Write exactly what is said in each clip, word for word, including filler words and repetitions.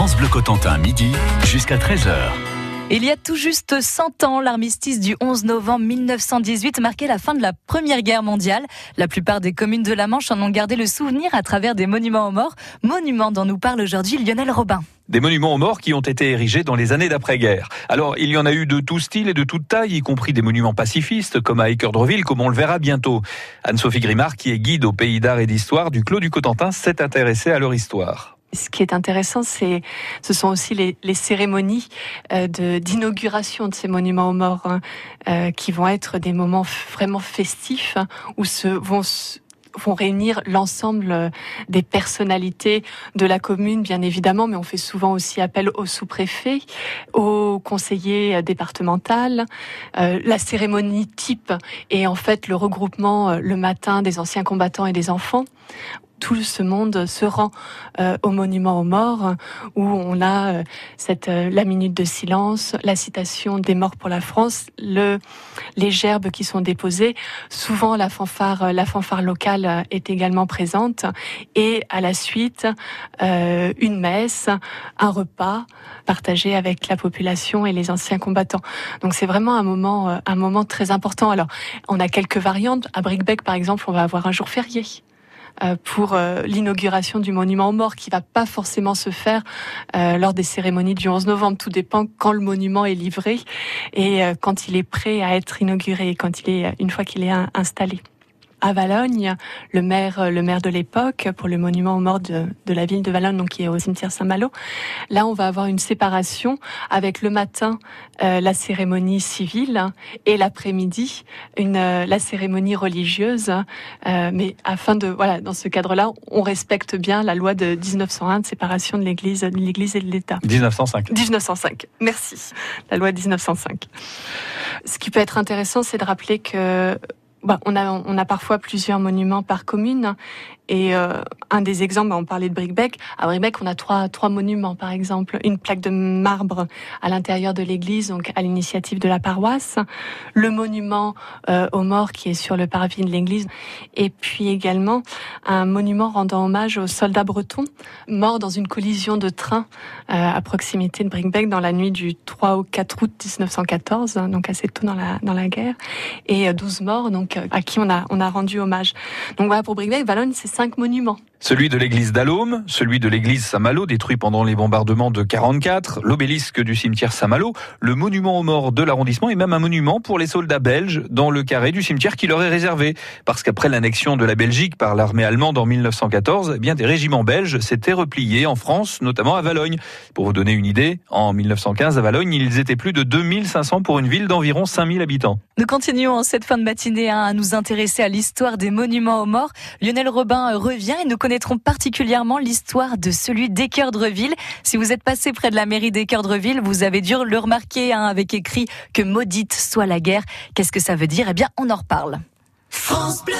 France Bleu Cotentin, midi jusqu'à treize heures. Il y a tout juste cent ans, l'armistice du onze novembre mille neuf cent dix-huit marquait la fin de la Première Guerre mondiale. La plupart des communes de la Manche en ont gardé le souvenir à travers des monuments aux morts. Monuments dont nous parle aujourd'hui Lionel Robin. Des monuments aux morts qui ont été érigés dans les années d'après-guerre. Alors, il y en a eu de tout style et de toute taille, y compris des monuments pacifistes, comme à Équeurdreville, comme on le verra bientôt. Anne-Sophie Grimard, qui est guide au Pays d'Art et d'Histoire du Clos du Cotentin, s'est intéressée à leur histoire. Ce qui est intéressant, c'est, ce sont aussi les, les cérémonies euh, de, d'inauguration de ces monuments aux morts, hein, euh, qui vont être des moments f- vraiment festifs, hein, où se, vont, vont réunir l'ensemble des personnalités de la commune, bien évidemment, mais on fait souvent aussi appel au sous-préfet, au conseiller départemental. Euh, la cérémonie type est en fait le regroupement euh, le matin des anciens combattants et des enfants. Tout ce monde se rend euh, au monument aux morts, où on a euh, cette euh, la minute de silence, la citation des morts pour la France, le les gerbes qui sont déposées. Souvent la fanfare la fanfare locale est également présente, et à la suite euh, une messe, un repas partagé avec la population et les anciens combattants. Donc c'est vraiment un moment euh, un moment très important. Alors on a quelques variantes. À Bricbec par exemple, on va avoir un jour férié pour euh, l'inauguration du monument aux morts, qui va pas forcément se faire euh, lors des cérémonies du onze novembre. Tout dépend quand le monument est livré et euh, quand il est prêt à être inauguré, quand il est une fois qu'il est un, installé. À Valognes, le maire, le maire de l'époque, pour le monument aux morts de, de la ville de Valognes, donc qui est au cimetière Saint-Malo, là on va avoir une séparation avec le matin euh, la cérémonie civile et l'après-midi une euh, la cérémonie religieuse. Euh, mais afin de voilà, dans ce cadre-là, on respecte bien la loi de dix-neuf cent un de séparation de l'Église, de l'Église et de l'État. dix-neuf cent cinq. dix-neuf cent cinq. Merci. La loi dix-neuf cent cinq. Ce qui peut être intéressant, c'est de rappeler que Bah, on a on a parfois plusieurs monuments par commune, et euh, un des exemples, bah, on parlait de Bricbec. À Bricbec, on a trois trois monuments, par exemple, une plaque de marbre à l'intérieur de l'église, donc à l'initiative de la paroisse, le monument euh, aux morts qui est sur le parvis de l'église, et puis également un monument rendant hommage aux soldats bretons morts dans une collision de train euh, à proximité de Bricbec dans la nuit du trois au quatre août dix-neuf cent quatorze, donc assez tôt dans la dans la guerre, et euh, douze morts donc à qui on a on a rendu hommage. Donc voilà, pour Bricbec, Valognes, c'est cinq monuments. Celui de l'église d'Allaume, celui de l'église Saint-Malo, détruit pendant les bombardements de quarante-quatre, l'obélisque du cimetière Saint-Malo, le monument aux morts de l'arrondissement, et même un monument pour les soldats belges dans le carré du cimetière qui leur est réservé. Parce qu'après l'annexion de la Belgique par l'armée allemande en mille neuf cent quatorze, eh bien des régiments belges s'étaient repliés en France, notamment à Valognes. Pour vous donner une idée, en mille neuf cent quinze à Valognes, ils étaient plus de deux mille cinq cents pour une ville d'environ cinq mille habitants. Nous continuons en cette fin de matinée hein, à nous intéresser à l'histoire des monuments aux morts. Lionel Robin revient et nous connaîtrons particulièrement l'histoire de celui d'Équeurdreville. Si vous êtes passé près de la mairie d'Équeurdreville, vous avez dû le remarquer hein, avec écrit que maudite soit la guerre. Qu'est-ce que ça veut dire ? Eh bien, on en reparle. France Bleu.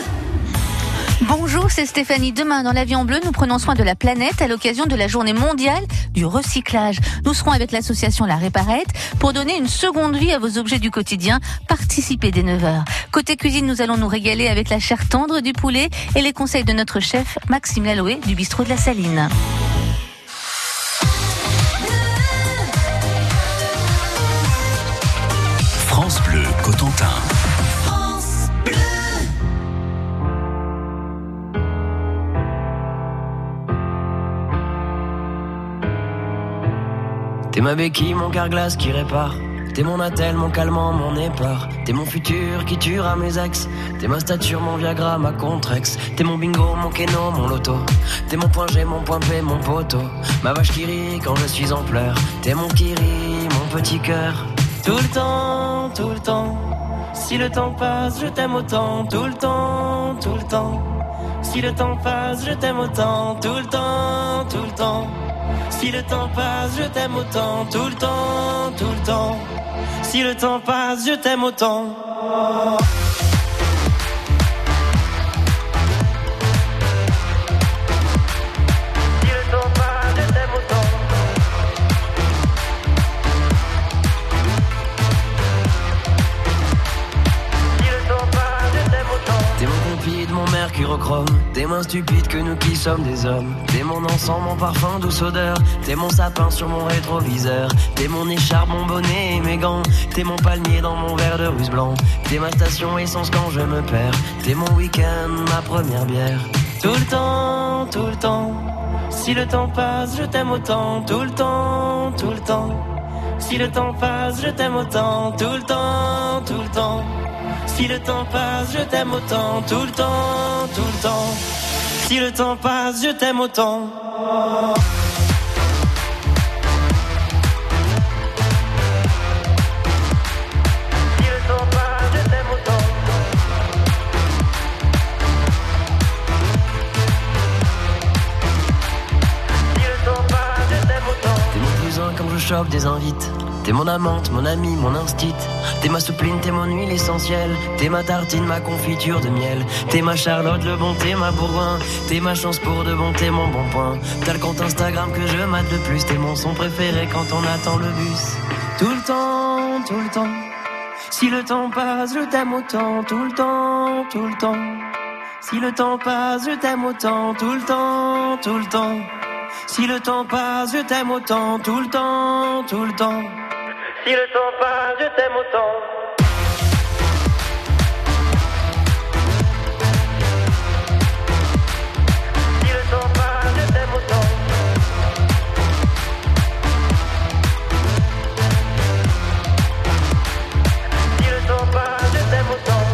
Bonjour, c'est Stéphanie. Demain, dans l'Avion Bleu, nous prenons soin de la planète à l'occasion de la journée mondiale du recyclage. Nous serons avec l'association La Réparette pour donner une seconde vie à vos objets du quotidien. Participez dès neuf heures. Côté cuisine, nous allons nous régaler avec la chair tendre du poulet et les conseils de notre chef Maxime Laloé du bistrot de la Saline. France Bleu Cotentin. T'es ma béquille, mon carglass qui répare. T'es mon attel, mon calmant, mon épar. T'es mon futur qui tuera mes ex. T'es ma stature, mon Viagra, ma Contrex. T'es mon bingo, mon Keno, mon loto. T'es mon point G, mon point P, mon poteau. Ma vache qui rit quand je suis en pleurs. T'es mon kiri, mon petit cœur. Tout le temps, tout le temps. Si le temps passe, je t'aime autant. Tout le temps, tout le temps. Si le temps passe, je t'aime autant. Tout le temps, tout le temps. Si le temps passe, je t'aime autant. Tout le temps, tout le temps. Si le temps passe, je t'aime autant. Si le temps passe, je t'aime autant. Si le temps passe, je t'aime autant. T'es mon compide, mon mercurochrome. Tes mains moins stupide que nous qui sommes des hommes. T'es mon encens, mon parfum, douce odeur. T'es mon sapin sur mon rétroviseur. T'es mon écharpe, mon bonnet et mes gants. T'es mon palmier dans mon verre de russe blanc. T'es ma station essence quand je me perds. T'es mon week-end, ma première bière. Tout le temps, tout le temps. Si le temps passe, je t'aime autant. Tout le temps, tout le temps. Si le temps passe, je t'aime autant. Tout le temps, tout le temps. Si le temps passe, je t'aime autant. Tout le temps, tout le temps. Si le temps passe, je t'aime autant. Si le temps passe, je t'aime autant. Si le temps passe, je t'aime autant. T'es mon cousin quand je chope des invites. T'es mon amante, mon ami, mon instit. T'es ma soupline, t'es mon huile essentielle. T'es ma tartine, ma confiture de miel. T'es ma Charlotte, le bon, t'es ma Bourgoin. T'es ma chance pour de bon, t'es mon bon point. T'as le compte Instagram que je mate le plus. T'es mon son préféré quand on attend le bus. Tout le temps, tout le temps. Si le temps passe, je t'aime autant. Tout le temps, tout le temps. Si le temps passe, je t'aime autant. Tout le temps, tout le temps. Si le temps passe, je t'aime autant. Tout le temps, tout le temps. Si le temps passe, je t'aime autant. Si le temps passe, je t'aime autant. Si le temps passe, je t'aime autant.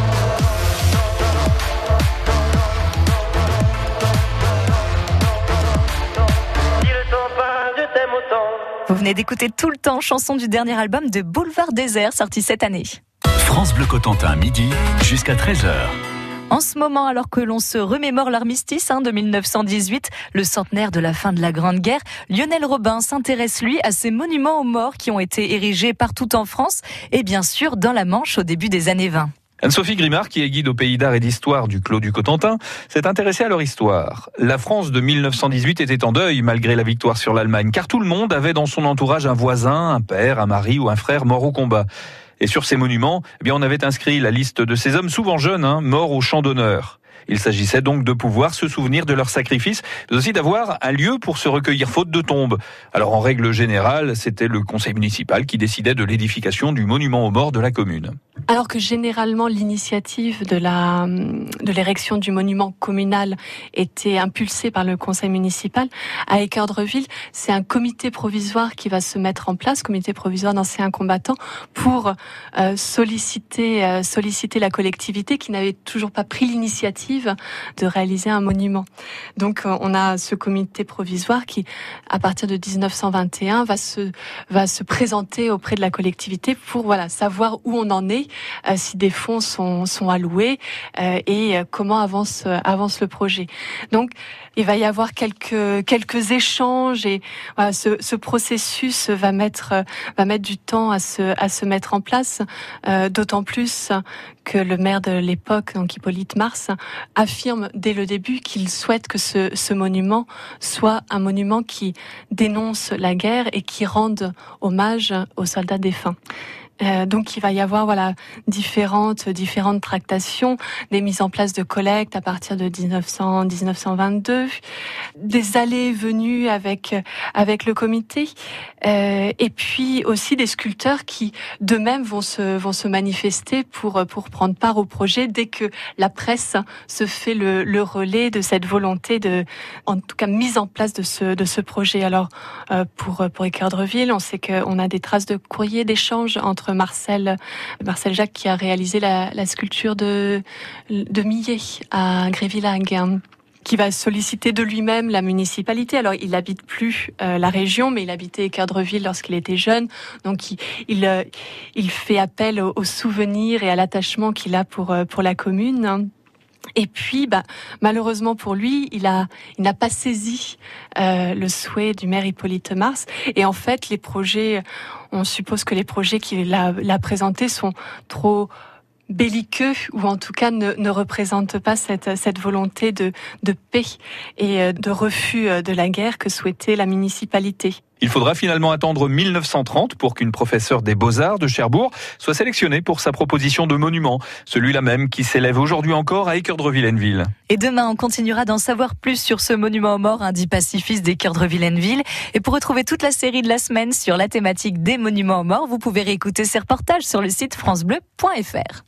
Si le temps passe, je t'aime autant. Vous venez d'écouter Tout le temps, chanson du dernier album de Boulevard Désert, sorti cette année. France Bleu Cotentin, midi, jusqu'à treize heures. En ce moment, alors que l'on se remémore l'armistice hein, de mille neuf cent dix-huit, le centenaire de la fin de la Grande Guerre, Lionel Robin s'intéresse, lui, à ces monuments aux morts qui ont été érigés partout en France et bien sûr dans la Manche au début des années vingt. Anne-Sophie Grimard, qui est guide au pays d'art et d'histoire du Clos du Cotentin, s'est intéressée à leur histoire. La France de mille neuf cent dix-huit était en deuil malgré la victoire sur l'Allemagne, car tout le monde avait dans son entourage un voisin, un père, un mari ou un frère mort au combat. Et sur ces monuments, eh bien, on avait inscrit la liste de ces hommes souvent jeunes, hein, morts au champ d'honneur. Il s'agissait donc de pouvoir se souvenir de leur sacrifice, mais aussi d'avoir un lieu pour se recueillir faute de tombe. Alors en règle générale, c'était le conseil municipal qui décidait de l'édification du monument aux morts de la commune. Alors que généralement l'initiative de la de l'érection du monument communal était impulsée par le conseil municipal, à Équeurdreville, c'est un comité provisoire qui va se mettre en place, comité provisoire d'anciens combattants, pour euh, solliciter euh, solliciter la collectivité qui n'avait toujours pas pris l'initiative de réaliser un monument. Donc euh, on a ce comité provisoire qui, à partir de dix-neuf cent vingt et un, va se va se présenter auprès de la collectivité pour voilà savoir où on en est. Euh, si des fonds sont, sont alloués euh, et euh, comment avance, euh, avance le projet. Donc, il va y avoir quelques, quelques échanges et voilà, ce, ce processus va mettre, euh, va mettre du temps à se, à se mettre en place, euh, d'autant plus que le maire de l'époque, donc Hippolyte Mars, affirme dès le début qu'il souhaite que ce, ce monument soit un monument qui dénonce la guerre et qui rende hommage aux soldats défunts. Euh, donc il va y avoir voilà différentes différentes tractations, des mises en place de collectes à partir de dix-neuf cents, dix-neuf cent vingt-deux, des allées et venues avec avec le comité, euh, et puis aussi des sculpteurs qui d'eux-mêmes vont se vont se manifester pour pour prendre part au projet dès que la presse se fait le, le relais de cette volonté de en tout cas mise en place de ce de ce projet. Alors euh, pour pour Équeurdreville, on sait qu'on a des traces de courriers d'échange entre Marcel, Marcel Jacques qui a réalisé la, la sculpture de, de Millet à Grévillague, qui va solliciter de lui-même la municipalité. Alors, il n'habite plus euh, la région, mais il habitait Équeurdreville lorsqu'il était jeune. Donc, il, il, euh, il fait appel aux, aux souvenirs et à l'attachement qu'il a pour, euh, pour la commune. Et puis, bah, malheureusement pour lui, il a, il n'a pas saisi euh, le souhait du maire Hippolyte Mars. Et en fait, les projets, on suppose que les projets qu'il a, a présentés sont trop belliqueux ou en tout cas ne, ne représente pas cette, cette volonté de, de paix et de refus de la guerre que souhaitait la municipalité. Il faudra finalement attendre mille neuf cent trente pour qu'une professeure des Beaux-Arts de Cherbourg soit sélectionnée pour sa proposition de monument, celui-là même qui s'élève aujourd'hui encore à Équeurdre-Villeneville. Et demain, on continuera d'en savoir plus sur ce monument aux morts, un dit pacifiste d'Équeurdre-Villeneville. Et pour retrouver toute la série de la semaine sur la thématique des monuments aux morts, vous pouvez réécouter ces reportages sur le site francebleu point fr.